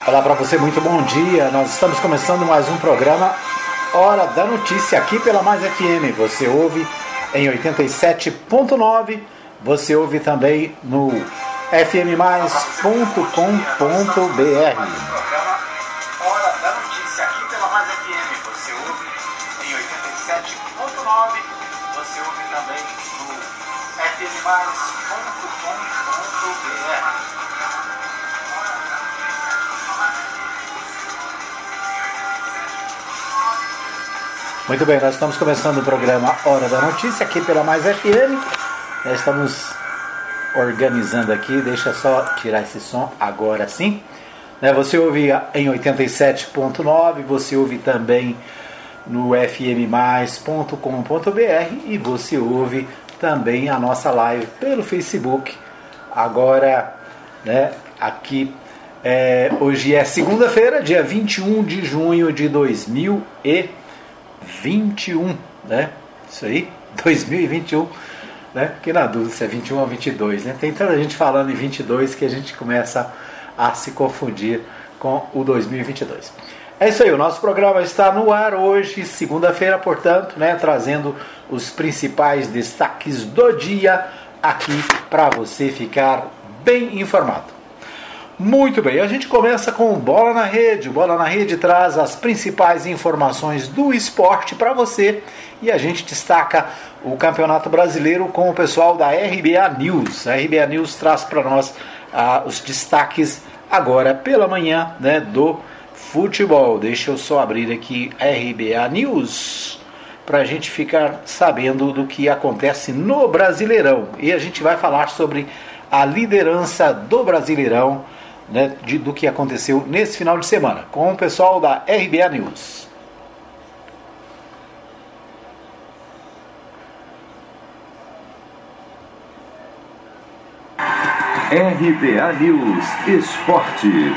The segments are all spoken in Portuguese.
Olá para você, muito bom dia. Nós estamos começando mais um programa Hora da Notícia aqui pela Mais FM. Você ouve em 87.9, você ouve também no fmmais.com.br. Hora da Notícia aqui pela Mais FM. Você ouve em 87.9, você ouve também no fmmais.com.br. Muito bem, nós estamos começando o programa Hora da Notícia aqui pela Mais FM. Nós estamos organizando aqui, deixa só tirar esse som agora sim. Você ouve em 87.9, você ouve também no fmmais.com.br e você ouve também a nossa live pelo Facebook. Agora, aqui, hoje é segunda-feira, dia 21 de junho de 2021, Isso aí, 2021, Que na dúvida se é 21 ou 22, Tem tanta gente falando em 22 que a gente começa a se confundir com o 2022. É isso aí, o nosso programa está no ar hoje, segunda-feira, portanto, trazendo os principais destaques do dia aqui para você ficar bem informado. Muito bem, a gente começa com o Bola na Rede. O Bola na Rede traz as principais informações do esporte para você e a gente destaca o Campeonato Brasileiro com o pessoal da RBA News. A RBA News traz para nós os destaques agora pela manhã do futebol. Deixa eu só abrir aqui a RBA News para a gente ficar sabendo do que acontece no Brasileirão. E a gente vai falar sobre a liderança do Brasileirão, do que aconteceu nesse final de semana, com o pessoal da RBA News. RBA News Esporte.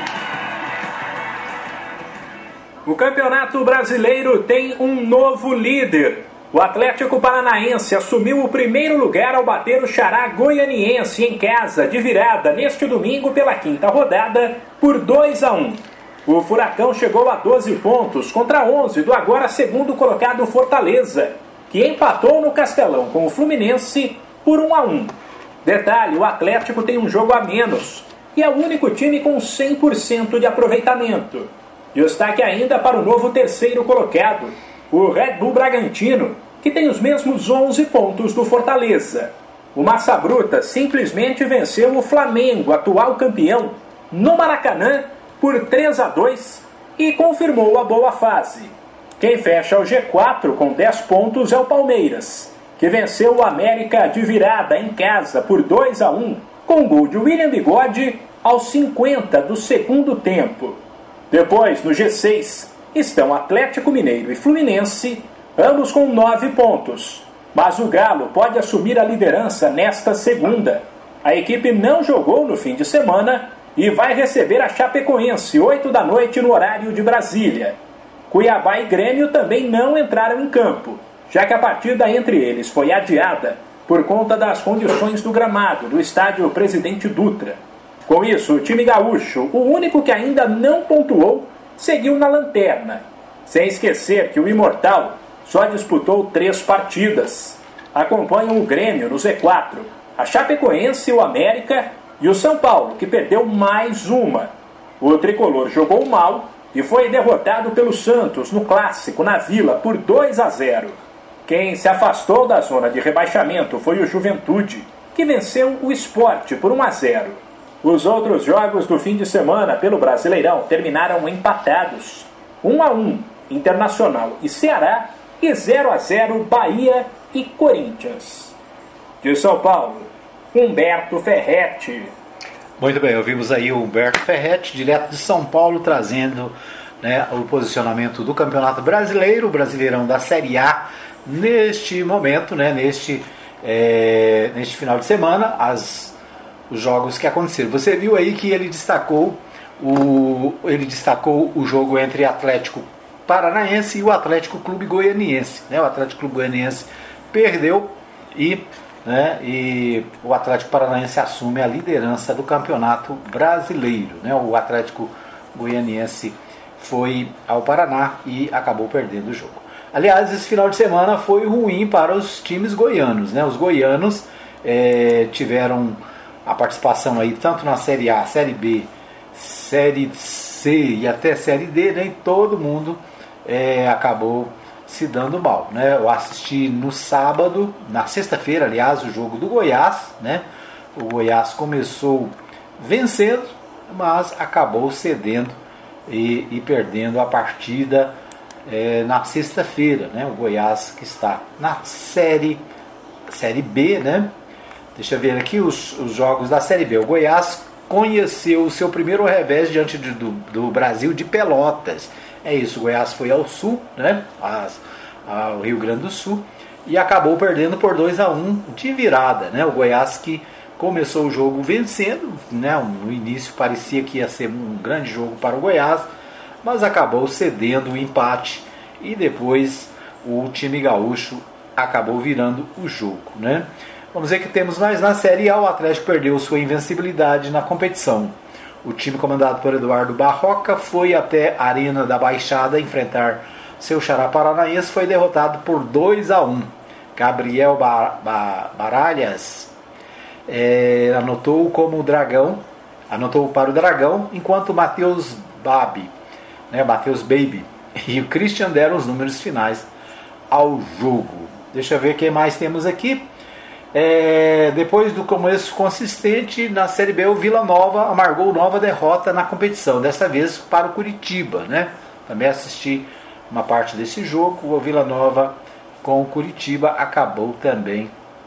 O Campeonato Brasileiro tem um novo líder. O Atlético Paranaense assumiu o primeiro lugar ao bater o Xará Goianiense em casa, de virada, neste domingo pela quinta rodada, por 2-1. O Furacão chegou a 12 pontos contra 11 do agora segundo colocado Fortaleza, que empatou no Castelão com o Fluminense por 1-1. Detalhe, o Atlético tem um jogo a menos e é o único time com 100% de aproveitamento. Destaque ainda para o novo terceiro colocado, o Red Bull Bragantino, que tem os mesmos 11 pontos do Fortaleza. O Massa Bruta simplesmente venceu o Flamengo, atual campeão, no Maracanã, por 3-2 e confirmou a boa fase. Quem fecha o G4 com 10 pontos é o Palmeiras, que venceu o América de virada em casa por 2-1, com gol de William Bigode aos 50 do segundo tempo. Depois, no G6, estão Atlético Mineiro e Fluminense, ambos com 9 pontos. Mas o Galo pode assumir a liderança nesta segunda. A equipe não jogou no fim de semana e vai receber a Chapecoense, 8 da noite no horário de Brasília. Cuiabá e Grêmio também não entraram em campo, já que a partida entre eles foi adiada por conta das condições do gramado do estádio Presidente Dutra. Com isso, o time gaúcho, o único que ainda não pontuou, seguiu na lanterna, sem esquecer que o Imortal só disputou 3 partidas. Acompanham o Grêmio no Z4, a Chapecoense, o América e o São Paulo, que perdeu mais uma. O tricolor jogou mal e foi derrotado pelo Santos no Clássico, na Vila, por 2-0. Quem se afastou da zona de rebaixamento foi o Juventude, que venceu o Sport por 1-0. Os outros jogos do fim de semana pelo Brasileirão terminaram empatados. 1-1 Internacional e Ceará e 0-0 Bahia e Corinthians. De São Paulo, Humberto Ferretti. Muito bem, ouvimos aí o Humberto Ferretti, direto de São Paulo, trazendo o posicionamento do Campeonato Brasileiro, o Brasileirão da Série A, neste momento, neste final de semana, os jogos que aconteceram. Você viu aí que ele destacou o jogo entre Atlético Paranaense e o Atlético Clube Goianiense. O Atlético Clube Goianiense perdeu e o Atlético Paranaense assume a liderança do Campeonato Brasileiro. O Atlético Goianiense foi ao Paraná e acabou perdendo o jogo. Aliás, esse final de semana foi ruim para os times goianos, né? Os goianos tiveram a participação aí tanto na Série A, Série B, Série C e até Série D, né? E todo mundo acabou se dando mal, né? Eu assisti no sábado, na sexta-feira, aliás, o jogo do Goiás, né? O Goiás começou vencendo, mas acabou cedendo e perdendo a partida na sexta-feira, né? O Goiás que está na série B, né? Deixa eu ver aqui os jogos da Série B. O Goiás conheceu o seu primeiro revés diante do Brasil de Pelotas. É isso, o Goiás foi ao sul, né? Ao Rio Grande do Sul, e acabou perdendo por 2-1 de virada, né? O Goiás que começou o jogo vencendo, né? No início parecia que ia ser um grande jogo para o Goiás, mas acabou cedendo o empate e depois o time gaúcho acabou virando o jogo, né? Vamos ver que temos mais na Série A. O Atlético perdeu sua invencibilidade na competição. O time comandado por Eduardo Barroca foi até a Arena da Baixada enfrentar seu xará paranaense, foi derrotado por 2-1. Gabriel Baralhas anotou para o Dragão, enquanto Matheus Baby e o Christian deram os números finais ao jogo. Deixa eu ver o que mais temos aqui. Depois do começo consistente na Série B, o Vila Nova amargou nova derrota na competição, dessa vez para o Curitiba, né? Também assisti uma parte desse jogo. O Vila Nova com o Curitiba acabou também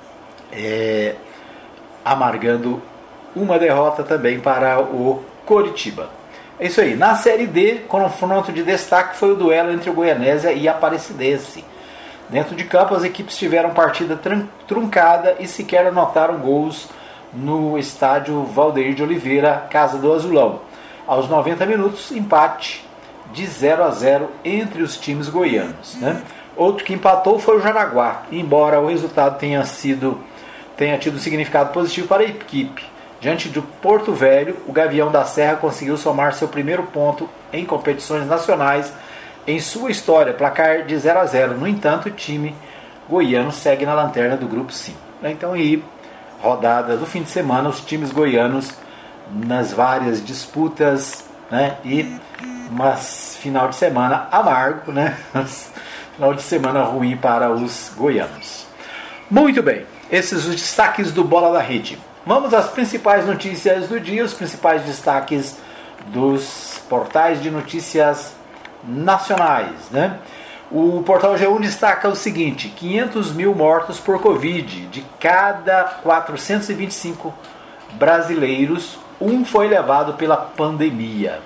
amargando uma derrota também para o Curitiba. É isso aí. Na Série D, confronto de destaque foi o duelo entre o Goianésia e a Aparecidense. Dentro de campo, as equipes tiveram partida truncada e sequer anotaram gols no estádio Valdeir de Oliveira, casa do Azulão. Aos 90 minutos, empate de 0-0 entre os times goianos, né? Outro que empatou foi o Jaraguá, embora o resultado tenha tido significado positivo para a equipe. Diante do Porto Velho, o Gavião da Serra conseguiu somar seu primeiro ponto em competições nacionais em sua história, placar de 0-0. No entanto, o time goiano segue na lanterna do grupo 5. Então, aí, rodada do fim de semana, os times goianos nas várias disputas, né? E final de semana amargo, né? Final de semana ruim para os goianos. Muito bem, esses os destaques do Bola da Rede. Vamos às principais notícias do dia, os principais destaques dos portais de notícias nacionais, né? O portal G1 destaca o seguinte: 500 mil mortos por Covid. De cada 425 brasileiros, um foi levado pela pandemia.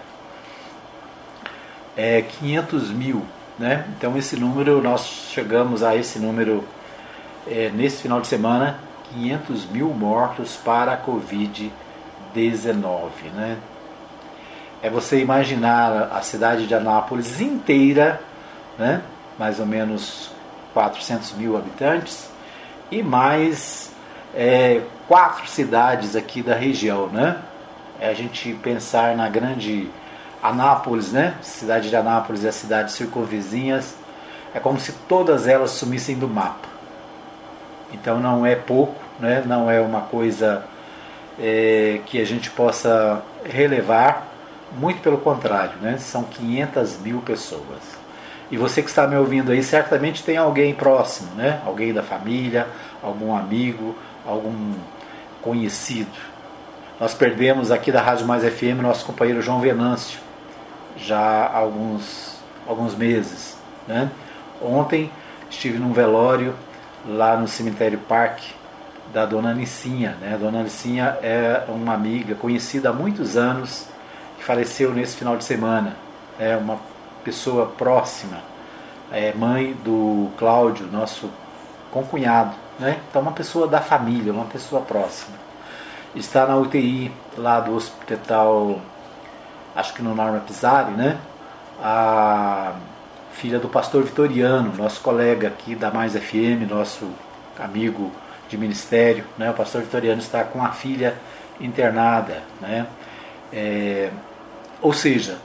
500 mil, né? Então esse número, nós chegamos a esse número nesse final de semana, 500 mil mortos para a Covid-19, né? É você imaginar a cidade de Anápolis inteira, né? Mais ou menos 400 mil habitantes, e mais 4 cidades aqui da região, né? A gente pensar na grande Anápolis, né? Cidade de Anápolis e as cidades circunvizinhas, é como se todas elas sumissem do mapa. Então não é pouco, né? Não é uma coisa que a gente possa relevar, muito pelo contrário, né? São 500 mil pessoas. E você que está me ouvindo aí, certamente tem alguém próximo, né? Alguém da família, algum amigo, algum conhecido. Nós perdemos aqui da Rádio Mais FM nosso companheiro João Venâncio, já há alguns meses, né? Ontem estive num velório lá no cemitério Parque da Dona Nicinha, né? A Dona Nicinha é uma amiga conhecida há muitos anos, que faleceu nesse final de semana. É uma pessoa próxima, mãe do Cláudio, nosso concunhado, né? Então uma pessoa da família, uma pessoa próxima. Está na UTI lá do hospital, acho que no Norma Pisari, né? A filha do pastor Vitoriano, nosso colega aqui da Mais FM, nosso amigo de ministério, né? O pastor Vitoriano está com a filha internada, né? Ou seja,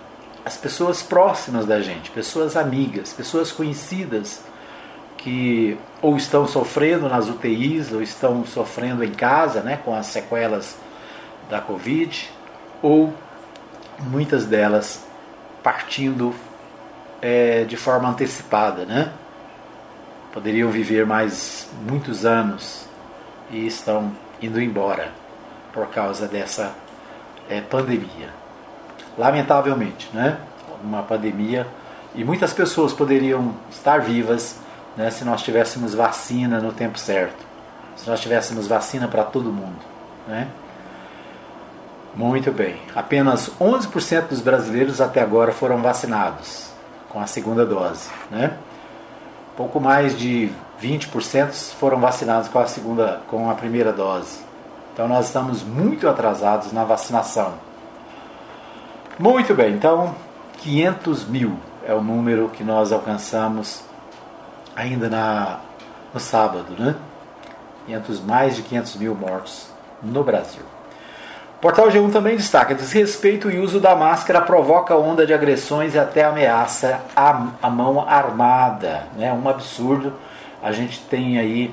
as pessoas próximas da gente, pessoas amigas, pessoas conhecidas que ou estão sofrendo nas UTIs ou estão sofrendo em casa, né, com as sequelas da Covid, ou muitas delas partindo de forma antecipada, né? Poderiam viver mais muitos anos e estão indo embora por causa dessa pandemia. Lamentavelmente, né? Uma pandemia, e muitas pessoas poderiam estar vivas, né, se nós tivéssemos vacina no tempo certo, se nós tivéssemos vacina para todo mundo, né? Muito bem, apenas 11% dos brasileiros até agora foram vacinados com a segunda dose, né? Pouco mais de 20% foram vacinados com a primeira dose. Então nós estamos muito atrasados na vacinação. Muito bem, então 500 mil é o número que nós alcançamos ainda no sábado, né? Mais de 500 mil mortos no Brasil. O Portal G1 também destaca: desrespeito e uso da máscara provoca onda de agressões e até ameaça à mão armada, né? Um absurdo. A gente tem aí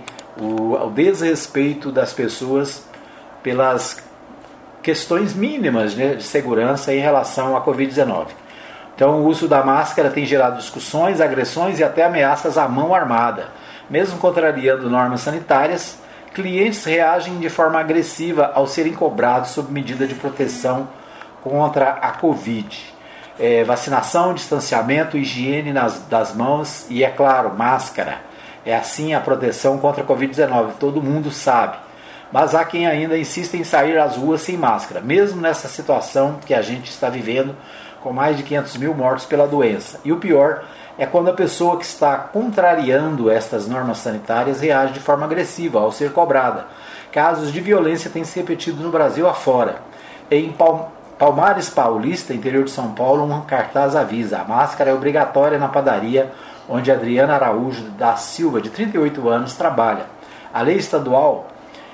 o desrespeito das pessoas pelas questões mínimas, né, de segurança em relação à Covid-19. Então o uso da máscara tem gerado discussões, agressões e até ameaças à mão armada. Mesmo contrariando normas sanitárias, clientes reagem de forma agressiva ao serem cobrados sob medida de proteção contra a Covid. Vacinação, distanciamento, higiene das mãos e, é claro, máscara. É assim a proteção contra a Covid-19, todo mundo sabe. Mas há quem ainda insista em sair às ruas sem máscara, mesmo nessa situação que a gente está vivendo, com mais de 500 mil mortos pela doença. E o pior é quando a pessoa que está contrariando estas normas sanitárias reage de forma agressiva ao ser cobrada. Casos de violência têm se repetido no Brasil afora. Em Palmares Paulista, interior de São Paulo, um cartaz avisa: a máscara é obrigatória na padaria onde Adriana Araújo da Silva, de 38 anos, trabalha. A lei estadual,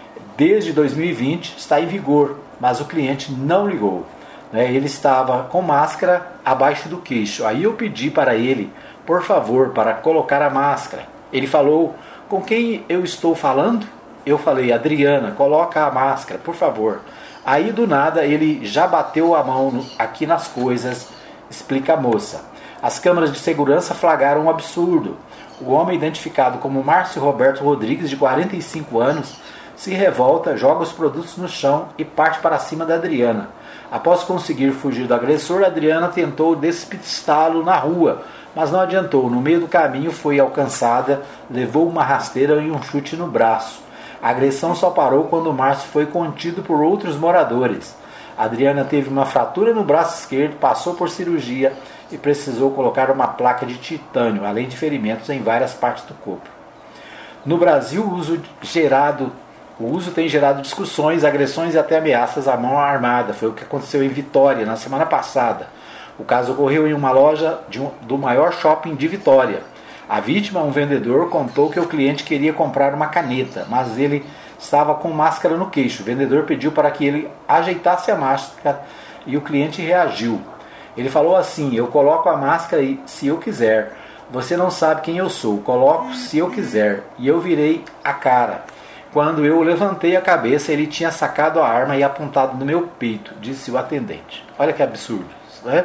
desde 2020, está em vigor, mas o cliente não ligou. Ele estava com máscara abaixo do queixo. Aí eu pedi para ele, por favor, para colocar a máscara. Ele falou: com quem eu estou falando? Eu falei: Adriana, coloca a máscara, por favor. Aí do nada ele já bateu a mão aqui nas coisas, explica a moça. As câmeras de segurança flagraram um absurdo. O homem, identificado como Márcio Roberto Rodrigues, de 45 anos, se revolta, joga os produtos no chão e parte para cima da Adriana. Após conseguir fugir do agressor, a Adriana tentou despistá-lo na rua, mas não adiantou. No meio do caminho foi alcançada, levou uma rasteira e um chute no braço. A agressão só parou quando o Márcio foi contido por outros moradores. A Adriana teve uma fratura no braço esquerdo, passou por cirurgia e precisou colocar uma placa de titânio, além de ferimentos em várias partes do corpo. No Brasil, o uso tem gerado discussões, agressões e até ameaças à mão armada. Foi o que aconteceu em Vitória na semana passada. O caso ocorreu em uma loja do maior shopping de Vitória. A vítima, um vendedor, contou que o cliente queria comprar uma caneta, mas ele estava com máscara no queixo. O vendedor pediu para que ele ajeitasse a máscara e o cliente reagiu. Ele falou assim: eu coloco a máscara se eu quiser. Você não sabe quem eu sou. Coloco se eu quiser. E eu virei a cara. Quando eu levantei a cabeça, ele tinha sacado a arma e apontado no meu peito, disse o atendente. Olha que absurdo, né?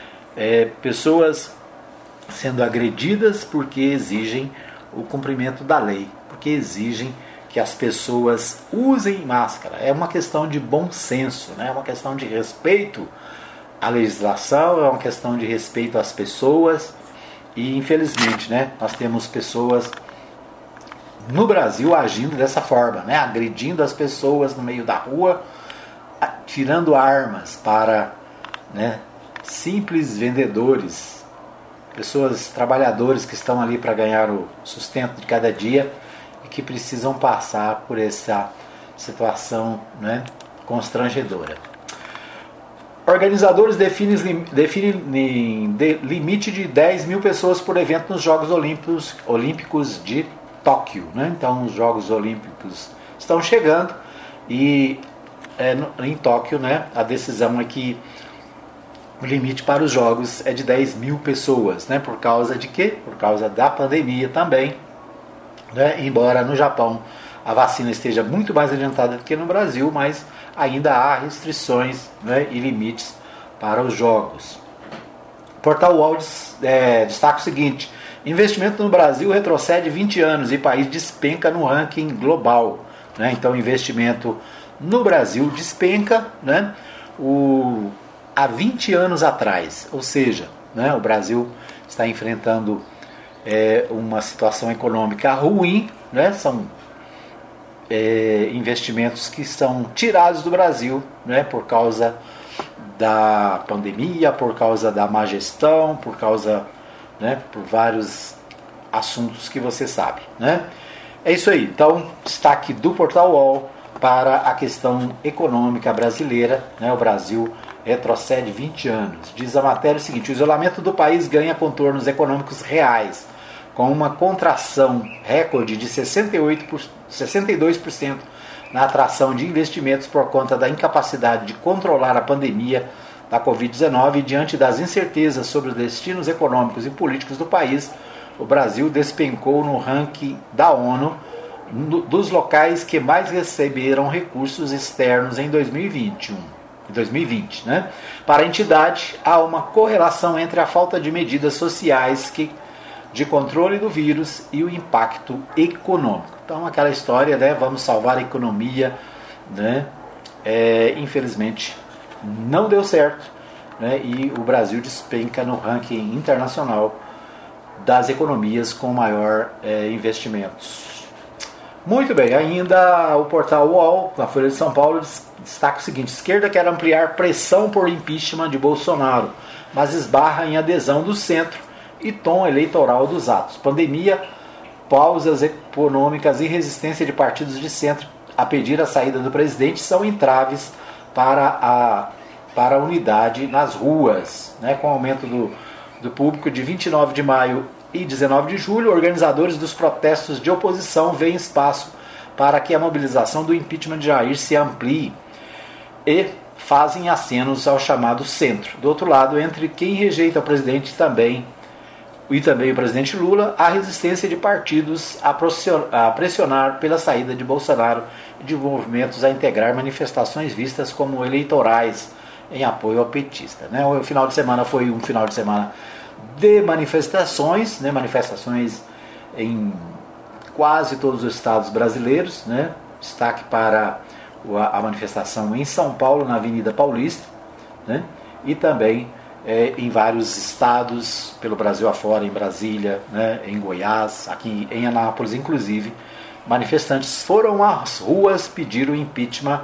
Pessoas sendo agredidas porque exigem o cumprimento da lei, porque exigem que as pessoas usem máscara. É uma questão de bom senso, né? É uma questão de respeito à legislação, é uma questão de respeito às pessoas. E infelizmente, né, nós temos pessoas no Brasil agindo dessa forma, né, agredindo as pessoas no meio da rua, tirando armas para, né, simples vendedores, pessoas, trabalhadores que estão ali para ganhar o sustento de cada dia e que precisam passar por essa situação, né, constrangedora. Organizadores definem limite de 10 mil pessoas por evento nos Jogos Olímpicos de Tóquio, né? Então os Jogos Olímpicos estão chegando e em Tóquio, né, a decisão é que o limite para os jogos é de 10 mil pessoas, né? Por causa de quê? Por causa da pandemia também, né? Embora no Japão a vacina esteja muito mais adiantada do que no Brasil, mas ainda há restrições, né, e limites para os jogos. O Portal UOL destaca o seguinte: investimento no Brasil retrocede 20 anos e país despenca no ranking global, né? Então, investimento no Brasil despenca, né, há 20 anos atrás, ou seja, né, o Brasil está enfrentando uma situação econômica ruim, né? São investimentos que são tirados do Brasil, né, por causa da pandemia, por causa da má gestão, por causa, né, por vários assuntos que você sabe, né? É isso aí. Então, destaque do Portal UOL para a questão econômica brasileira, né? O Brasil retrocede 20 anos. Diz a matéria o seguinte: o isolamento do país ganha contornos econômicos reais, com uma contração recorde de 62% na atração de investimentos por conta da incapacidade de controlar a pandemia da Covid-19 e diante das incertezas sobre os destinos econômicos e políticos do país, o Brasil despencou no ranking da ONU dos locais que mais receberam recursos externos em 2020, né? Para a entidade, há uma correlação entre a falta de medidas sociais de controle do vírus e o impacto econômico. Então, aquela história, né, vamos salvar a economia, né, infelizmente não deu certo, né, e o Brasil despenca no ranking internacional das economias com maior investimentos. Muito bem, ainda o portal UOL, na Folha de São Paulo, destaca o seguinte: esquerda quer ampliar pressão por impeachment de Bolsonaro, mas esbarra em adesão do centro e tom eleitoral dos atos. Pandemia, pausas econômicas e resistência de partidos de centro a pedir a saída do presidente são entraves para a unidade nas ruas, né? Com o aumento do público de 29 de maio e 19 de julho, organizadores dos protestos de oposição veem espaço para que a mobilização do impeachment de Jair se amplie e fazem acenos ao chamado centro. Do outro lado, entre quem rejeita o presidente e também o presidente Lula, há resistência de partidos a pressionar pela saída de Bolsonaro e de movimentos a integrar manifestações vistas como eleitorais em apoio ao petista, né? O final de semana foi um final de semana de manifestações, né? Manifestações em quase todos os estados brasileiros, né? Destaque para a manifestação em São Paulo, na Avenida Paulista, né? E também em vários estados pelo Brasil afora, em Brasília, né? Em Goiás, aqui em Anápolis, inclusive, manifestantes foram às ruas pedir o impeachment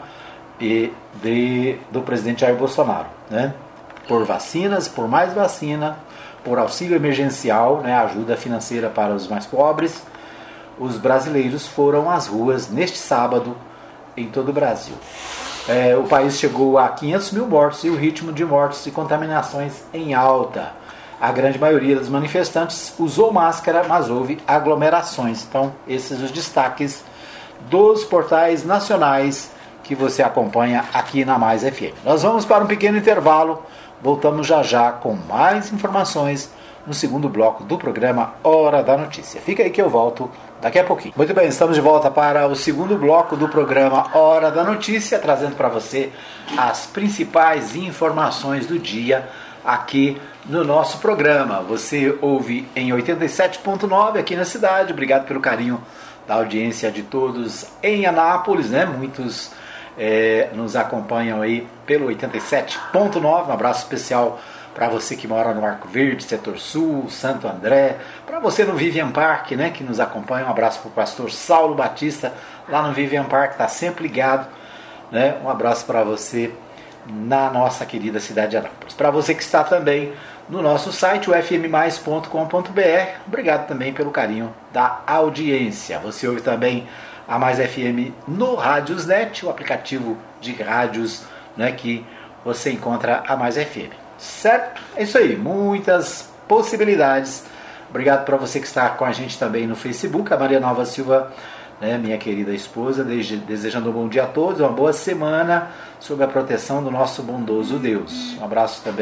do presidente Jair Bolsonaro, né? Por vacinas, por mais vacina, por auxílio emergencial, né? Ajuda financeira para os mais pobres. Os brasileiros foram às ruas neste sábado em todo o Brasil. O país chegou a 500 mil mortos e o ritmo de mortes e contaminações em alta. A grande maioria dos manifestantes usou máscara, mas houve aglomerações. Então, esses os destaques dos portais nacionais que você acompanha aqui na Mais FM. Nós vamos para um pequeno intervalo, voltamos já já com mais informações no segundo bloco do programa Hora da Notícia. Fica aí que eu volto daqui a pouquinho. Muito bem, estamos de volta para o segundo bloco do programa Hora da Notícia, trazendo para você as principais informações do dia aqui no nosso programa. Você ouve em 87.9 aqui na cidade. Obrigado pelo carinho da audiência de todos em Anápolis, né? Muitos nos acompanham aí pelo 87.9. Um abraço especial para você que mora no Arco Verde, Setor Sul, Santo André, para você no Vivian Park, né, que nos acompanha. Um abraço para o pastor Saulo Batista, lá no Vivian Park, está sempre ligado, né? Um abraço para você na nossa querida cidade de Anápolis. Para você que está também no nosso site, o fmmais.com.br, obrigado também pelo carinho da audiência. Você ouve também a Mais FM no Rádiosnet, o aplicativo de rádios, né, que você encontra a Mais FM. Certo? É isso aí, muitas possibilidades. Obrigado para você que está com a gente também no Facebook, a Maria Nova Silva, né, minha querida esposa, desejando um bom dia a todos, uma boa semana, sob a proteção do nosso bondoso Deus. Um abraço também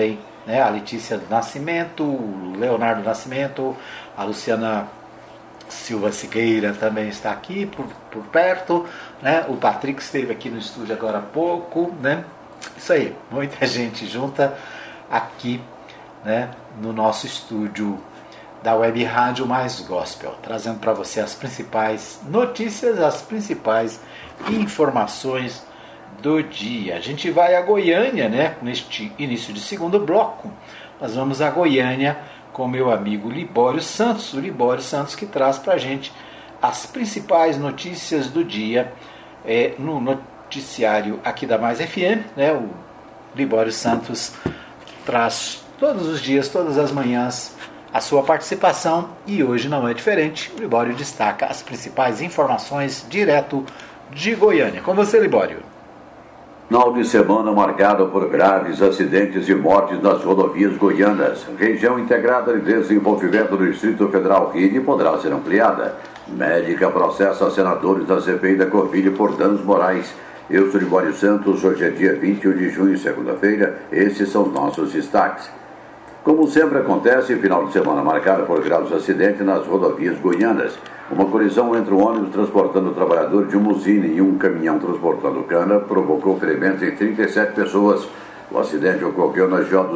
né? A Letícia Nascimento, o Leonardo Nascimento, a Luciana Silva Siqueira também está aqui por perto, né? O Patrick esteve aqui no estúdio agora há pouco, né? Isso aí, muita gente junta aqui, né, no nosso estúdio da Web Rádio Mais Gospel, trazendo para você as principais notícias, as principais informações do dia. A gente vai a Goiânia, né, neste início de segundo bloco. Nós vamos a Goiânia com meu amigo Libório Santos, o Libório Santos que traz para a gente as principais notícias do dia no noticiário aqui da Mais FM, né? O Libório Santos traz todos os dias, todas as manhãs, a sua participação e hoje não é diferente. O Libório destaca as principais informações direto de Goiânia. Com você, Libório. Final de semana marcado por graves acidentes e mortes nas rodovias goianas. Região integrada de desenvolvimento do Distrito Federal RID poderá ser ampliada. Médica processa senadores da CPI da Covid por danos morais. Eu sou Libório Santos, hoje é dia 21 de junho, segunda-feira. Esses são os nossos destaques. Como sempre acontece, final de semana marcado por graves acidentes nas rodovias goianas. Uma colisão entre um ônibus transportando trabalhador de uma usina e um caminhão transportando cana provocou ferimentos em 37 pessoas. O acidente ocorreu na GO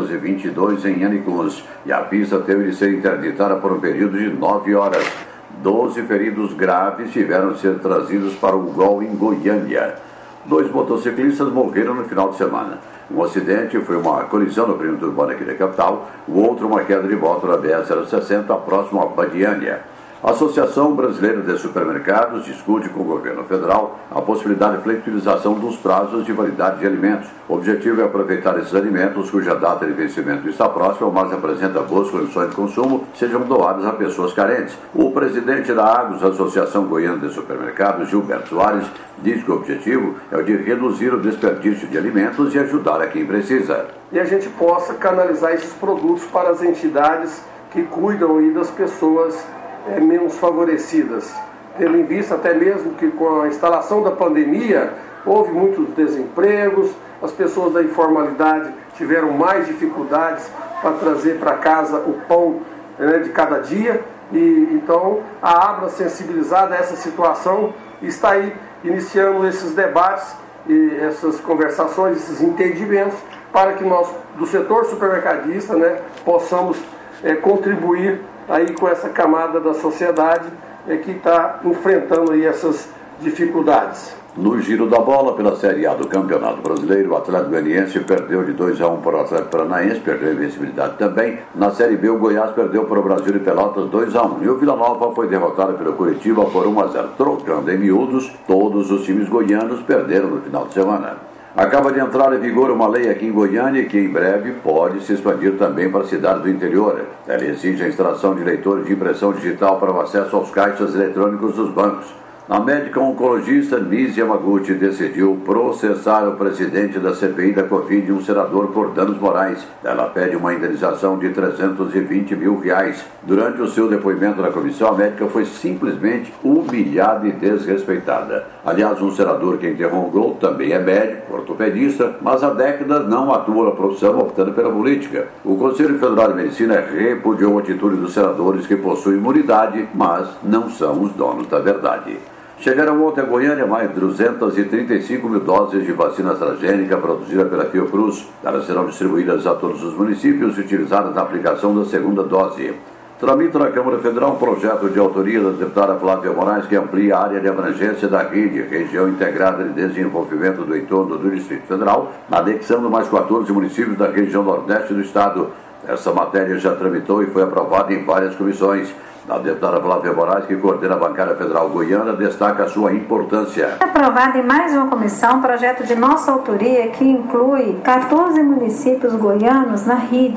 222 em Anicuns e a pista teve de ser interditada por um período de 9 horas. 12 feridos graves tiveram de ser trazidos para o GOL em Goiânia. 2 motociclistas morreram no final de semana. Um acidente foi uma colisão no perímetro urbano aqui da capital, o outro uma queda de moto na BR-060 próximo a Badiânia. A Associação Brasileira de Supermercados discute com o governo federal a possibilidade de flexibilização dos prazos de validade de alimentos. O objetivo é aproveitar esses alimentos cuja data de vencimento está próxima, mas apresenta boas condições de consumo, sejam doados a pessoas carentes. O presidente da AGOS, Associação Goiana de Supermercados, Gilberto Soares, diz que o objetivo é o de reduzir o desperdício de alimentos e ajudar a quem precisa. E a gente possa canalizar esses produtos para as entidades que cuidam aí das pessoas menos favorecidas, tendo em vista até mesmo que com a instalação da pandemia houve muitos desempregos, as pessoas da informalidade tiveram mais dificuldades para trazer para casa o pão, né, de cada dia, e então a ABRA, sensibilizada a essa situação, está aí iniciando esses debates e essas conversações, esses entendimentos, para que nós do setor supermercadista, né, possamos contribuir aí com essa camada da sociedade que está enfrentando aí essas dificuldades. No giro da bola pela Série A do Campeonato Brasileiro, o Atlético Goianiense perdeu de 2-1 para o Atlético Paranaense, perdeu a invencibilidade também. Na Série B, o Goiás perdeu para o Brasil de Pelotas 2-1 e o Vila Nova foi derrotado pelo Curitiba por 1-0. Trocando em miúdos, todos os times goianos perderam no final de semana. Acaba de entrar em vigor uma lei aqui em Goiânia que em breve pode se expandir também para cidades do interior. Ela exige a instalação de leitores de impressão digital para o acesso aos caixas eletrônicos dos bancos. A médica oncologista Nise Yamaguchi decidiu processar o presidente da CPI da Covid e um senador por danos morais. Ela pede uma indenização de R$320 mil. Durante o seu depoimento na comissão, a médica foi simplesmente humilhada e desrespeitada. Aliás, um senador que interrogou também é médico, ortopedista, mas há décadas não atua na profissão, optando pela política. O Conselho Federal de Medicina repudiou a atitude dos senadores que possuem imunidade, mas não são os donos da verdade. Chegaram ontem a Goiânia mais de 235 mil doses de vacina AstraZeneca produzida pela Fiocruz. Elas serão distribuídas a todos os municípios e utilizadas na aplicação da segunda dose. Tramita na Câmara Federal um projeto de autoria da deputada Flávia Moraes que amplia a área de abrangência da RID, Região Integrada de Desenvolvimento do Entorno do Distrito Federal, anexando mais 14 municípios da região nordeste do estado. Essa matéria já tramitou e foi aprovada em várias comissões. A deputada Flávia Moraes, que coordena a bancada federal goiana, destaca a sua importância. Aprovado em mais uma comissão, projeto de nossa autoria que inclui 14 municípios goianos na RID.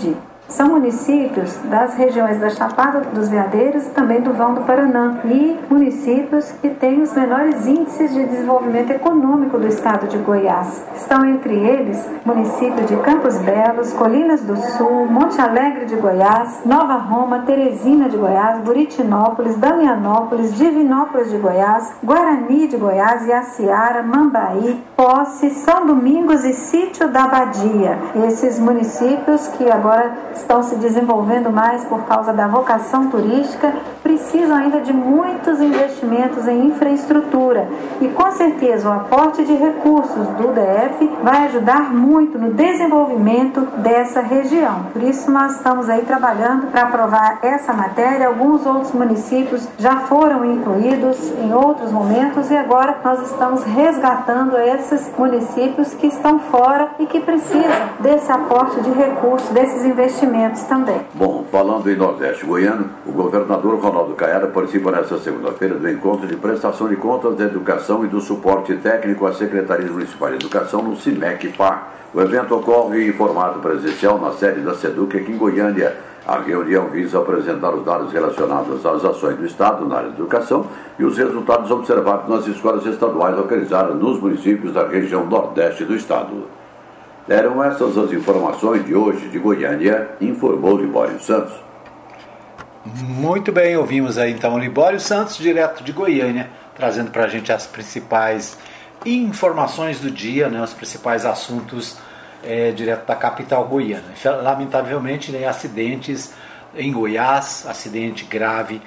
São municípios das regiões da Chapada dos Veadeiros e também do Vão do Paraná, e municípios que têm os menores índices de desenvolvimento econômico do estado de Goiás. Estão entre eles municípios de Campos Belos, Colinas do Sul, Monte Alegre de Goiás, Nova Roma, Teresina de Goiás, Buritinópolis, Damianópolis, Divinópolis de Goiás, Guarani de Goiás, Iaciara, Mambaí, Posse, São Domingos e Sítio da Abadia. Esses municípios que agora estão se desenvolvendo mais por causa da vocação turística, precisam ainda de muitos investimentos em infraestrutura, e com certeza o aporte de recursos do DF vai ajudar muito no desenvolvimento dessa região. Por isso nós estamos aí trabalhando para aprovar essa matéria. Alguns outros municípios já foram incluídos em outros momentos e agora nós estamos resgatando esses municípios que estão fora e que precisam desse aporte de recursos, desses investimentos também. Bom, falando em Nordeste goiano, o governador Ronaldo Caiado participa nesta segunda-feira do encontro de prestação de contas da educação e do suporte técnico às Secretarias Municipais de Educação no CIMEC-PAR. O evento ocorre em formato presencial na sede da SEDUC aqui em Goiânia. A reunião visa apresentar os dados relacionados às ações do Estado na área de educação e os resultados observados nas escolas estaduais localizadas nos municípios da região Nordeste do Estado. Eram essas as informações de hoje de Goiânia, informou Libório Santos. Muito bem, ouvimos aí então o Libório Santos, direto de Goiânia, trazendo para a gente as principais informações do dia, né, os principais assuntos direto da capital goiana. Lamentavelmente, né, acidentes em Goiás, acidente grave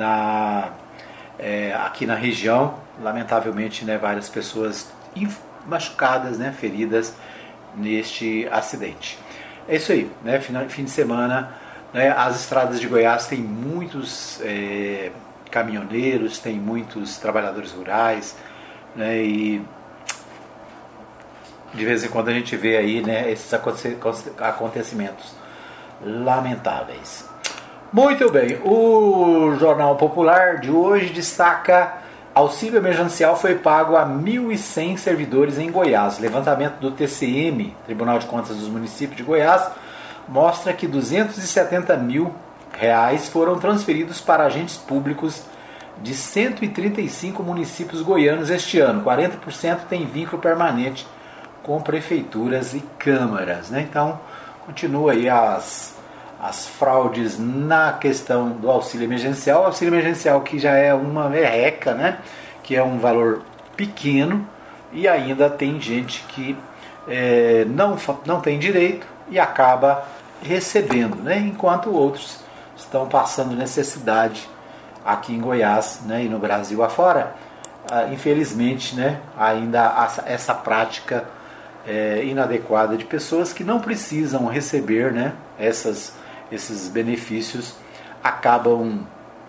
aqui na região, lamentavelmente, né, várias pessoas machucadas, né, feridas neste acidente. É isso aí, né? Fim de semana, né? As estradas de Goiás têm muitos caminhoneiros, tem muitos trabalhadores rurais, né? E de vez em quando a gente vê aí, né, esses acontecimentos lamentáveis. Muito bem, o Jornal Popular de hoje destaca: auxílio emergencial foi pago a 1.100 servidores em Goiás. Levantamento do TCM, Tribunal de Contas dos Municípios de Goiás, mostra que R$270 mil foram transferidos para agentes públicos de 135 municípios goianos este ano. 40% tem vínculo permanente com prefeituras e câmaras, né? Então, continua aí as fraudes na questão do auxílio emergencial. O auxílio emergencial que já é uma merreca, né? Que é um valor pequeno, e ainda tem gente que não tem direito e acaba recebendo, né? Enquanto outros estão passando necessidade aqui em Goiás, né? E no Brasil afora. Infelizmente, né? Ainda essa prática inadequada de pessoas que não precisam receber, né? Esses benefícios acabam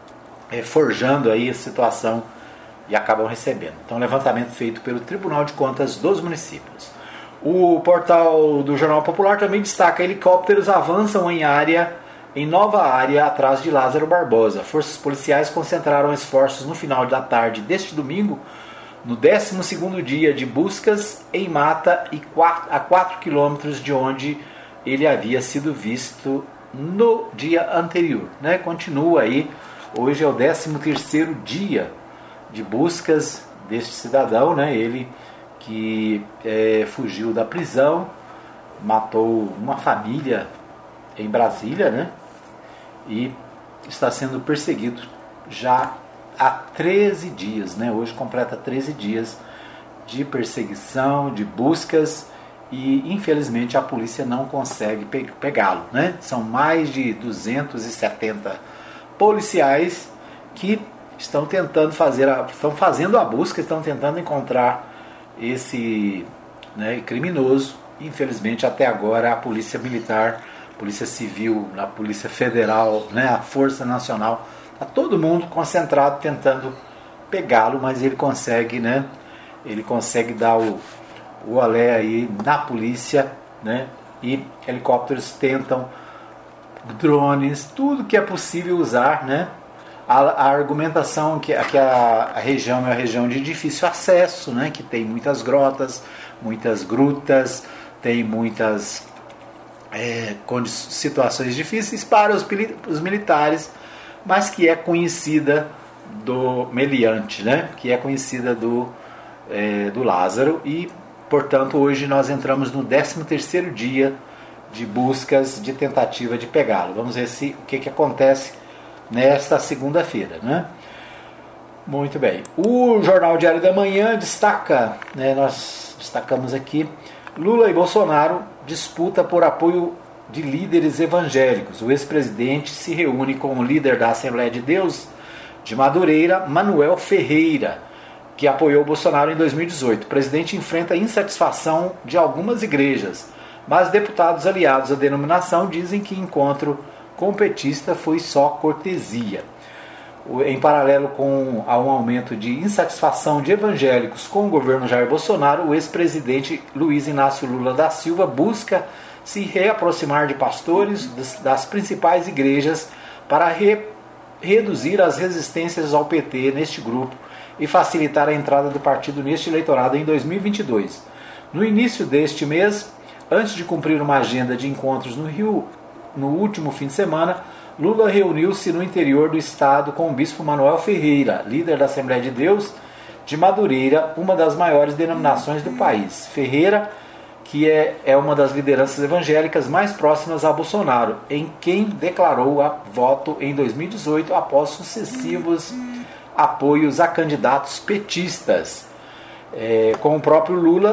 forjando aí a situação e acabam recebendo. Então, levantamento feito pelo Tribunal de Contas dos Municípios. O portal do Jornal Popular também destaca: helicópteros avançam em nova área atrás de Lázaro Barbosa. Forças policiais concentraram esforços no final da tarde deste domingo, no 12º dia de buscas em mata e a 4 quilômetros de onde ele havia sido visto no dia anterior, né? Continua aí, hoje é o 13º dia de buscas deste cidadão, né? Ele que fugiu da prisão, matou uma família em Brasília, né? E está sendo perseguido já há 13 dias, né? Hoje completa 13 dias de perseguição, de buscas, e infelizmente a polícia não consegue pegá-lo, né? São mais de 270 policiais que estão fazendo a busca, estão tentando encontrar esse, né, criminoso. Infelizmente até agora a polícia militar, polícia civil, a polícia federal, né, a Força Nacional, está todo mundo concentrado tentando pegá-lo, mas ele consegue, né? Ele consegue dar o alé aí na polícia, né? E helicópteros tentam, drones, tudo que é possível usar, né? A argumentação que a região é uma região de difícil acesso, né? Que tem muitas grotas, muitas grutas, tem muitas com situações difíceis para os militares, mas que é conhecida do meliante, né? Que é conhecida do Lázaro, e portanto hoje nós entramos no 13º dia de buscas, de tentativa de pegá-lo. Vamos ver o que acontece nesta segunda-feira, né? Muito bem. O Jornal Diário da Manhã destaca, né, nós destacamos aqui, Lula e Bolsonaro disputa por apoio de líderes evangélicos. O ex-presidente se reúne com o líder da Assembleia de Deus de Madureira, Manuel Ferreira, que apoiou Bolsonaro em 2018. O presidente enfrenta insatisfação de algumas igrejas, mas deputados aliados à denominação dizem que encontro com o petista foi só cortesia. Em paralelo a um aumento de insatisfação de evangélicos com o governo Jair Bolsonaro, o ex-presidente Luiz Inácio Lula da Silva busca se reaproximar de pastores das principais igrejas para reduzir as resistências ao PT neste grupo e facilitar a entrada do partido neste eleitorado em 2022. No início deste mês, antes de cumprir uma agenda de encontros no Rio no último fim de semana, Lula reuniu-se no interior do estado com o bispo Manuel Ferreira, líder da Assembleia de Deus de Madureira, uma das maiores denominações do país. Ferreira, que é uma das lideranças evangélicas mais próximas a Bolsonaro, em quem declarou voto em 2018 após sucessivos apoios a candidatos petistas, como o próprio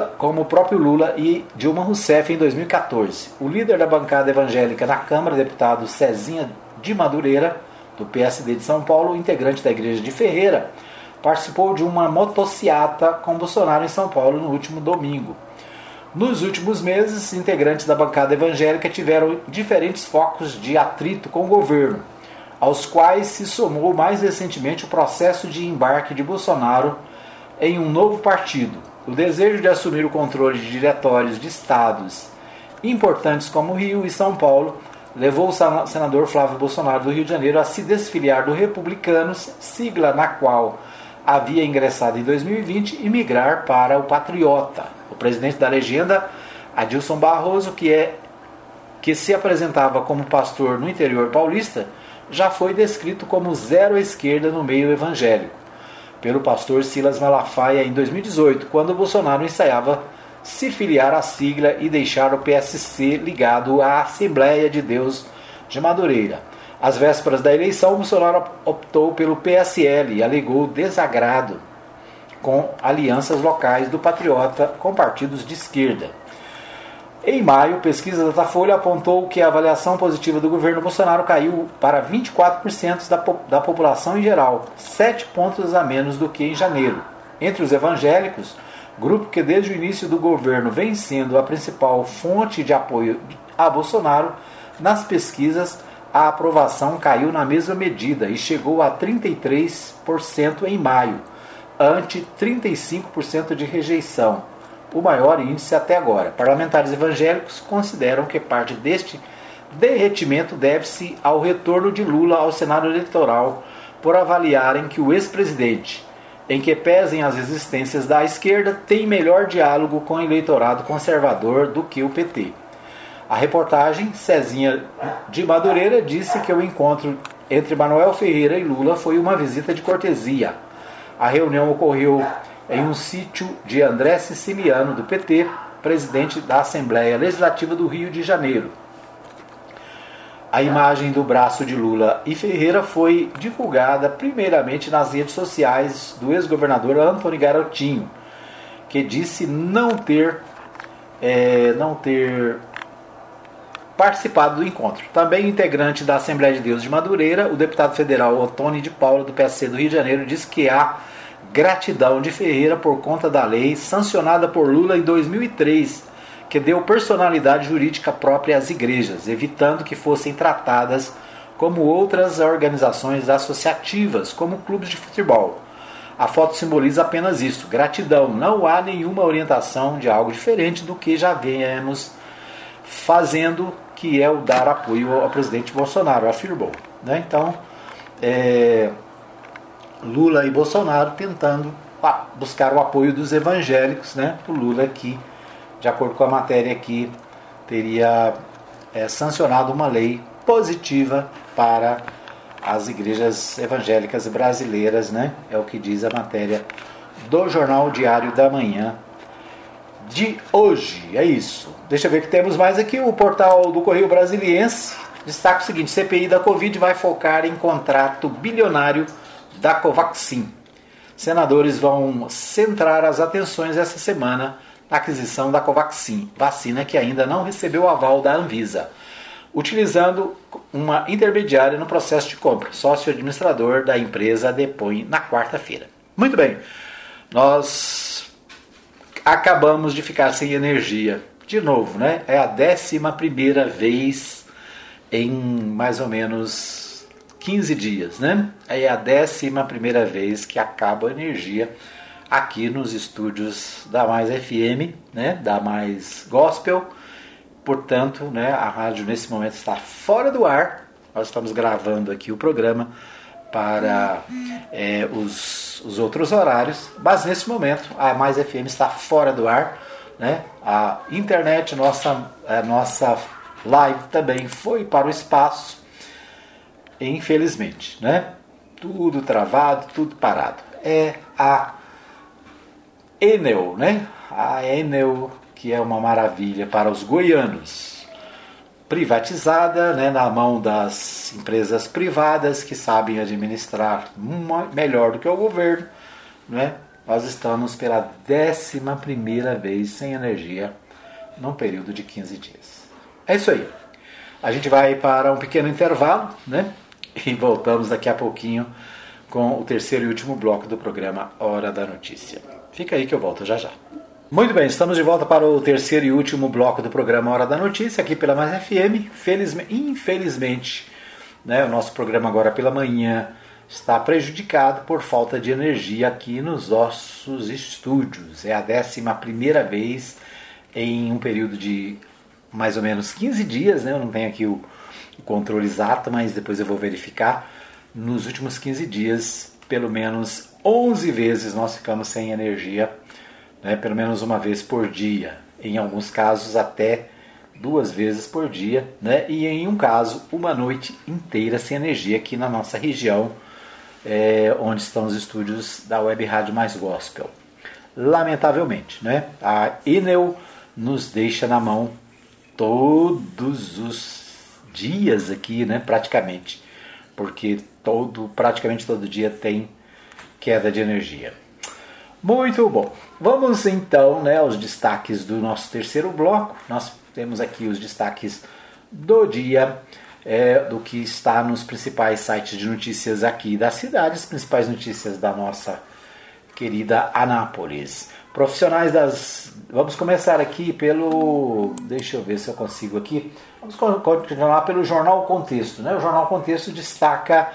Lula e Dilma Rousseff em 2014. O líder da bancada evangélica na Câmara, deputado Cezinha de Madureira, do PSD de São Paulo, integrante da igreja de Ferreira, participou de uma motociata com Bolsonaro em São Paulo no último domingo. Nos últimos meses, integrantes da bancada evangélica tiveram diferentes focos de atrito com o governo, aos quais se somou mais recentemente o processo de embarque de Bolsonaro em um novo partido. O desejo de assumir o controle de diretórios de estados importantes como Rio e São Paulo levou o senador Flávio Bolsonaro do Rio de Janeiro a se desfiliar do Republicanos, sigla na qual havia ingressado em 2020, e migrar para o Patriota. O presidente da legenda, Adilson Barroso, que se apresentava como pastor no interior paulista, já foi descrito como zero à esquerda no meio evangélico pelo pastor Silas Malafaia em 2018, quando Bolsonaro ensaiava se filiar à sigla e deixar o PSC ligado à Assembleia de Deus de Madureira. Às vésperas da eleição, Bolsonaro optou pelo PSL e alegou desagrado com alianças locais do Patriota com partidos de esquerda. Em maio, pesquisa da Datafolha apontou que a avaliação positiva do governo Bolsonaro caiu para 24% da população em geral, 7 pontos a menos do que em janeiro. Entre os evangélicos, grupo que desde o início do governo vem sendo a principal fonte de apoio a Bolsonaro, nas pesquisas a aprovação caiu na mesma medida e chegou a 33% em maio, ante 35% de rejeição, o maior índice até agora. Parlamentares evangélicos consideram que parte deste derretimento deve-se ao retorno de Lula ao cenário eleitoral, por avaliarem que o ex-presidente, em que pesem as resistências da esquerda, tem melhor diálogo com o eleitorado conservador do que o PT. A reportagem Cezinha de Madureira disse que o encontro entre Manuel Ferreira e Lula foi uma visita de cortesia. A reunião ocorreu em um sítio de André Siciliano, do PT, presidente da Assembleia Legislativa do Rio de Janeiro. A imagem do braço de Lula e Ferreira foi divulgada primeiramente nas redes sociais do ex-governador Antony Garotinho, que disse não ter participado do encontro. Também integrante da Assembleia de Deus de Madureira, o deputado federal Otônio de Paula, do PSC do Rio de Janeiro, disse que há gratidão de Ferreira por conta da lei sancionada por Lula em 2003, que deu personalidade jurídica própria às igrejas, evitando que fossem tratadas como outras organizações associativas, como clubes de futebol. A foto simboliza apenas isso, gratidão. Não há nenhuma orientação de algo diferente do que já viemos fazendo, que é o dar apoio ao presidente Bolsonaro, afirmou. Então, Lula e Bolsonaro tentando buscar o apoio dos evangélicos, o Lula aqui, de acordo com a matéria aqui, teria sancionado uma lei positiva para as igrejas evangélicas brasileiras, né? É o que diz a matéria do Jornal Diário da Manhã de hoje. É isso. Deixa eu ver o que temos mais aqui. O portal do Correio Brasiliense destaca o seguinte: CPI da Covid vai focar em contrato bilionário da Covaxin. Senadores vão centrar as atenções essa semana na aquisição da Covaxin, vacina que ainda não recebeu o aval da Anvisa, utilizando uma intermediária no processo de compra. Sócio administrador da empresa depõe na quarta-feira. Muito bem, nós acabamos de ficar sem energia. De novo, né? É a 11ª vez em mais ou menos 15 dias, né? É a 11ª vez que acaba a energia aqui nos estúdios da Mais FM, né? Da Mais Gospel. Portanto, né, a rádio nesse momento está fora do ar. Nós estamos gravando aqui o programa para os outros horários, mas nesse momento a Mais FM está fora do ar, né? A internet, a nossa live também foi para o espaço, infelizmente, né? Tudo travado, tudo parado. É a Enel, né? A Enel, que é uma maravilha para os goianos, privatizada, né, na mão das empresas privadas que sabem administrar melhor do que o governo, né? Nós estamos pela 11ª vez sem energia num período de 15 dias. É isso aí. A gente vai para um pequeno intervalo, né? E voltamos daqui a pouquinho com o terceiro e último bloco do programa Hora da Notícia. Fica aí que eu volto já já. Muito bem, estamos de volta para o terceiro e último bloco do programa Hora da Notícia, aqui pela Mais FM. Infelizmente, né, o nosso programa agora pela manhã está prejudicado por falta de energia aqui nos nossos estúdios. É a 11ª vez em um período de mais ou menos 15 dias, né? Eu não tenho aqui o controle exato, mas depois eu vou verificar. Nos últimos 15 dias, pelo menos 11 vezes nós ficamos sem energia, né? Pelo menos uma vez por dia. Em alguns casos até 2 vezes por dia, né? E em um caso, uma noite inteira sem energia aqui na nossa região, onde estão os estúdios da Web Rádio Mais Gospel. Lamentavelmente, né? A Enel nos deixa na mão todos os dias aqui, né? Praticamente, porque praticamente todo dia tem queda de energia. Muito bom. Vamos então, né, aos destaques do nosso terceiro bloco. Nós temos aqui os destaques do dia, do que está nos principais sites de notícias aqui da cidade, as principais notícias da nossa querida Anápolis. Profissionais Vamos começar aqui pelo... Deixa eu ver se eu consigo aqui. Vamos continuar pelo Jornal Contexto, né? O Jornal Contexto destaca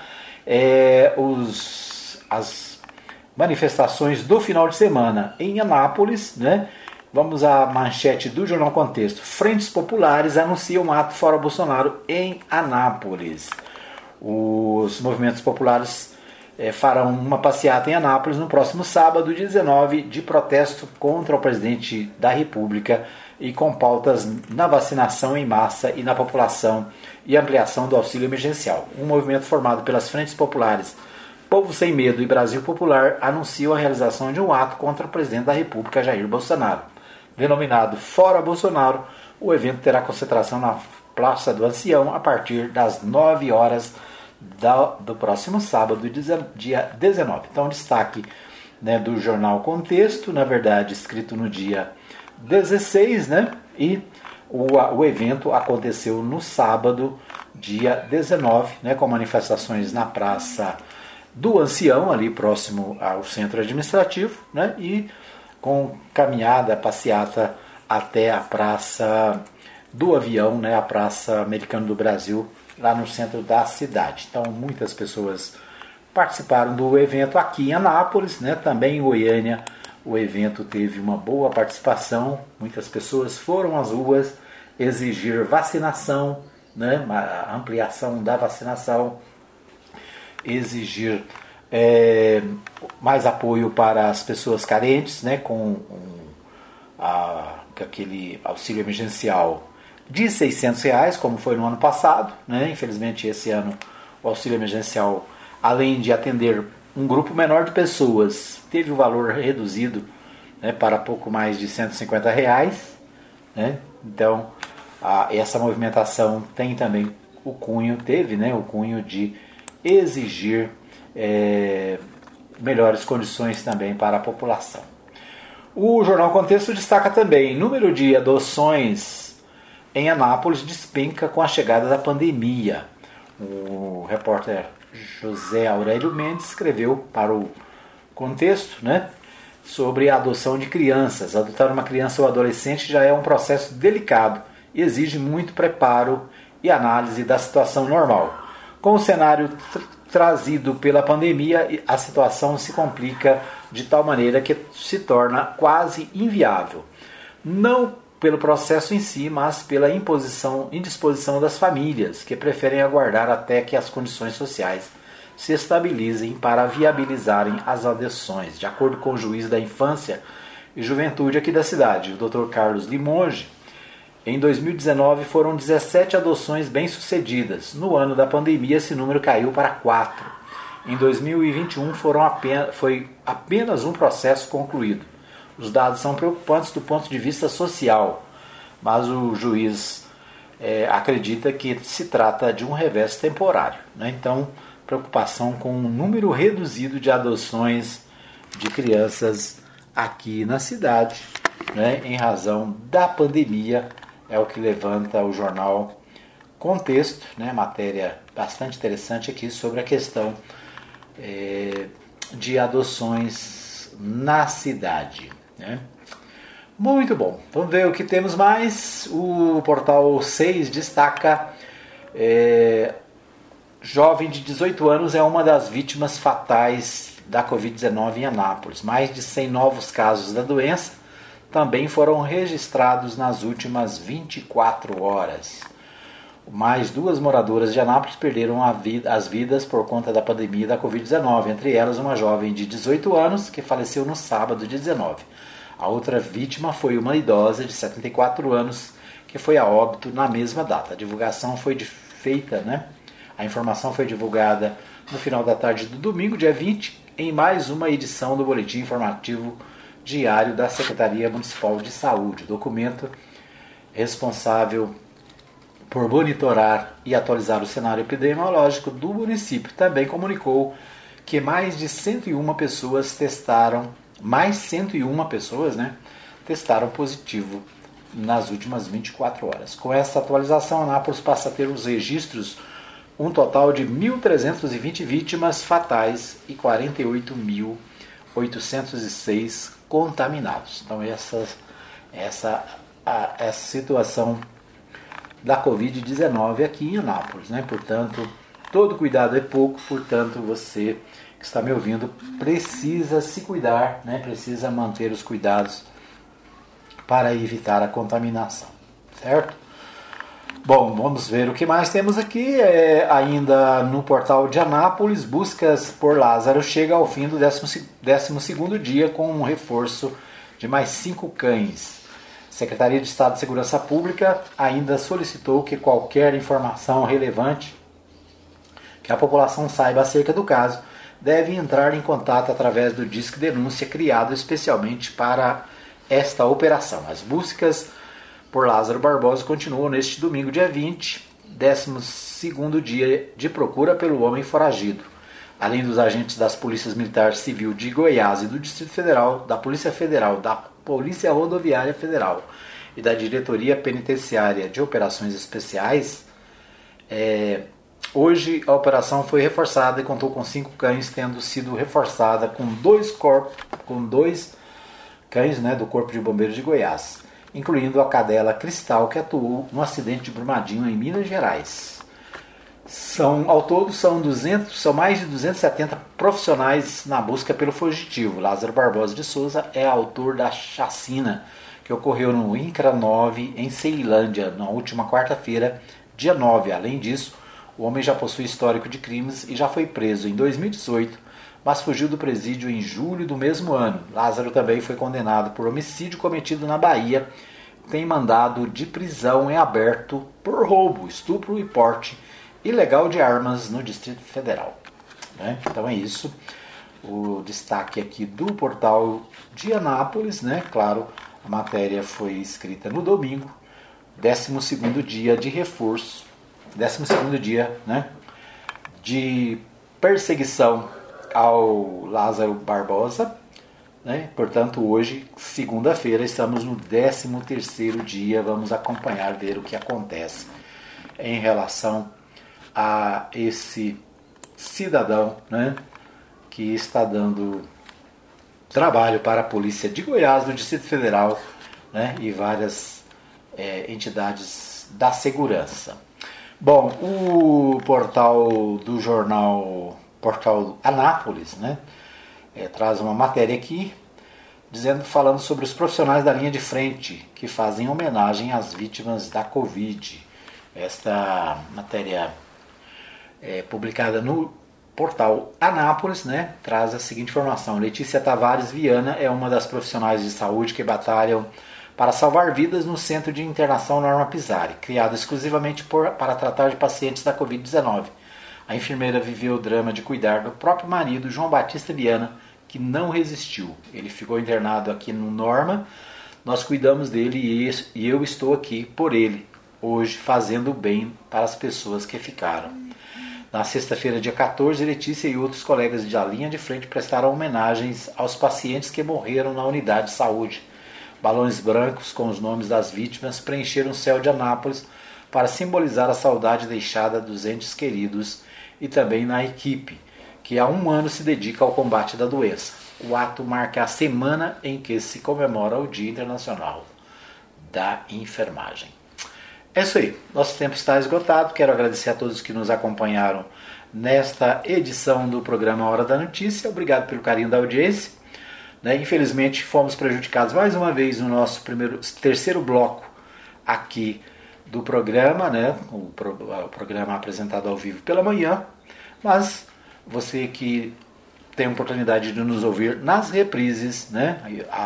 as manifestações do final de semana em Anápolis, né? Vamos à manchete do Jornal Contexto. Frentes populares anunciam ato fora Bolsonaro em Anápolis. Os movimentos populares farão uma passeata em Anápolis no próximo sábado, 19, de protesto contra o presidente da República e com pautas na vacinação em massa e na população e ampliação do auxílio emergencial. Um movimento formado pelas frentes populares Povo Sem Medo e Brasil Popular anunciam a realização de um ato contra o presidente da República, Jair Bolsonaro. Denominado Fora Bolsonaro, o evento terá concentração na Praça do Ancião a partir das 9 horas do próximo sábado, dia 19. Então, destaque, né, do Jornal Contexto, na verdade, escrito no dia 16, né? E o evento aconteceu no sábado, dia 19, né, com manifestações na Praça do Ancião, ali próximo ao centro administrativo, né? E com caminhada, passeata até a Praça do Avião, né, a Praça Americana do Brasil, lá no centro da cidade. Então, muitas pessoas participaram do evento aqui em Anápolis, né, também em Goiânia. O evento teve uma boa participação, muitas pessoas foram às ruas exigir vacinação, né, a ampliação da vacinação, exigir mais apoio para as pessoas carentes, né, com aquele auxílio emergencial de R$ 600, como foi no ano passado, né? Infelizmente esse ano o auxílio emergencial, além de atender um grupo menor de pessoas, teve o valor reduzido, né, para pouco mais de R$ 150, né? Então essa movimentação tem também o cunho de exigir melhores condições também para a população. O Jornal Contexto destaca também: número de adoções em Anápolis despenca com a chegada da pandemia. O repórter José Aurélio Mendes escreveu para o Contexto, né, sobre a adoção de crianças. Adotar uma criança ou adolescente já é um processo delicado e exige muito preparo e análise da situação normal. Com o cenário trazido pela pandemia, a situação se complica de tal maneira que se torna quase inviável. Não pelo processo em si, mas pela indisposição das famílias, que preferem aguardar até que as condições sociais se estabilizem para viabilizarem as adoções. De acordo com o juiz da infância e juventude aqui da cidade, o Dr. Carlos Limonge, em 2019 foram 17 adoções bem-sucedidas. No ano da pandemia, esse número caiu para 4. Em 2021 foi apenas um processo concluído. Os dados são preocupantes do ponto de vista social, mas o juiz acredita que se trata de um revés temporário, né? Então, preocupação com um número reduzido de adoções de crianças aqui na cidade, né, em razão da pandemia. É o que levanta o jornal Contexto, né, matéria bastante interessante aqui sobre a questão de adoções na cidade, né? Muito bom, vamos ver o que temos mais. O portal 6 destaca: jovem de 18 anos é uma das vítimas fatais da Covid-19 em Anápolis. Mais de 100 novos casos da doença também foram registrados nas últimas 24 horas. Mais 2 moradoras de Anápolis perderam as vidas por conta da pandemia da Covid-19, entre elas uma jovem de 18 anos que faleceu no sábado de 19. A outra vítima foi uma idosa de 74 anos que foi a óbito na mesma data. A divulgação foi feita, né? A informação foi divulgada no final da tarde do domingo, dia 20, em mais uma edição do Boletim Informativo Diário da Secretaria Municipal de Saúde. O documento responsável por monitorar e atualizar o cenário epidemiológico do município também comunicou que mais 101 pessoas testaram positivo nas últimas 24 horas. Com essa atualização, Anápolis passa a ter os registros um total de 1.320 vítimas fatais e 48.806 contaminados. Então essa situação da Covid-19 aqui em Anápolis, né? Portanto, todo cuidado é pouco, portanto, você que está me ouvindo precisa se cuidar, né? Precisa manter os cuidados para evitar a contaminação, certo? Bom, vamos ver o que mais temos aqui. Ainda no portal de Anápolis, buscas por Lázaro chega ao fim do 12º dia com um reforço de mais 5 cães. Secretaria de Estado de Segurança Pública ainda solicitou que qualquer informação relevante que a população saiba acerca do caso deve entrar em contato através do Disque Denúncia criado especialmente para esta operação. As buscas por Lázaro Barbosa continuam neste domingo, dia 20, 12º dia de procura pelo homem foragido. Além dos agentes das Polícias Militar Civil de Goiás e do Distrito Federal, da Polícia Federal, da Polícia Rodoviária Federal e da Diretoria Penitenciária de Operações Especiais, hoje a operação foi reforçada e contou com 5 cães, tendo sido reforçada com 2 cães, né, do Corpo de Bombeiros de Goiás, incluindo a cadela Cristal, que atuou no acidente de Brumadinho, em Minas Gerais. Ao todo são mais de 270 profissionais na busca pelo fugitivo. Lázaro Barbosa de Souza é autor da chacina que ocorreu no INCRA 9, em Ceilândia, na última quarta-feira, dia 9. Além disso, o homem já possui histórico de crimes e já foi preso em 2018, mas fugiu do presídio em julho do mesmo ano. Lázaro também foi condenado por homicídio cometido na Bahia tem mandado de prisão em aberto por roubo, estupro e porte ilegal de armas no Distrito Federal. Né? Então é isso. O destaque aqui do portal de Anápolis, né? Claro, a matéria foi escrita no domingo, 12º dia de reforço, 12º dia, né, de perseguição ao Lázaro Barbosa, né? Portanto, hoje, segunda-feira, estamos no 13º dia, vamos acompanhar, ver o que acontece em relação a esse cidadão, né, que está dando trabalho para a Polícia de Goiás, do Distrito Federal, né, e várias entidades da segurança. Bom, o portal do jornal, portal Anápolis, né, traz uma matéria aqui falando sobre os profissionais da linha de frente que fazem homenagem às vítimas da Covid. Esta matéria publicada no portal Anápolis, né, traz a seguinte informação: Letícia Tavares Viana é uma das profissionais de saúde que batalham para salvar vidas no Centro de Internação Norma Pisari, criado exclusivamente para tratar de pacientes da Covid-19. A enfermeira viveu o drama de cuidar do próprio marido, João Batista Viana, que não resistiu. Ele ficou internado aqui no Norma, nós cuidamos dele e eu estou aqui por ele, hoje, fazendo o bem para as pessoas que ficaram. Na sexta-feira, dia 14, Letícia e outros colegas da linha de frente prestaram homenagens aos pacientes que morreram na unidade de saúde. Balões brancos com os nomes das vítimas preencheram o céu de Anápolis para simbolizar a saudade deixada dos entes queridos e também na equipe, que há 1 ano se dedica ao combate da doença. O ato marca a semana em que se comemora o Dia Internacional da Enfermagem. É isso aí, nosso tempo está esgotado. Quero agradecer a todos que nos acompanharam nesta edição do programa Hora da Notícia. Obrigado pelo carinho da audiência. Infelizmente fomos prejudicados mais uma vez no nosso terceiro bloco aqui do programa, né? O programa apresentado ao vivo pela manhã, mas você que tem a oportunidade de nos ouvir nas reprises, né?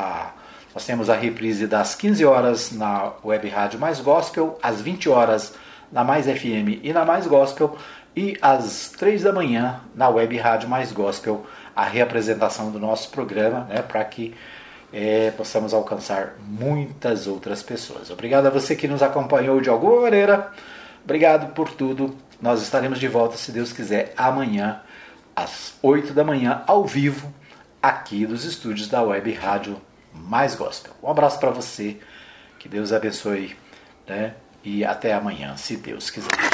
Nós temos a reprise das 15 horas na Web Rádio Mais Gospel, às 20 horas na Mais FM e na Mais Gospel, e às 3 da manhã na Web Rádio Mais Gospel, a reapresentação do nosso programa, né, para que possamos alcançar muitas outras pessoas. Obrigado a você que nos acompanhou de alguma maneira. Obrigado por tudo. Nós estaremos de volta, se Deus quiser, amanhã, às 8 da manhã, ao vivo, aqui dos estúdios da Web Rádio Mais Gospel. Um abraço para você, que Deus abençoe, né, e até amanhã, se Deus quiser.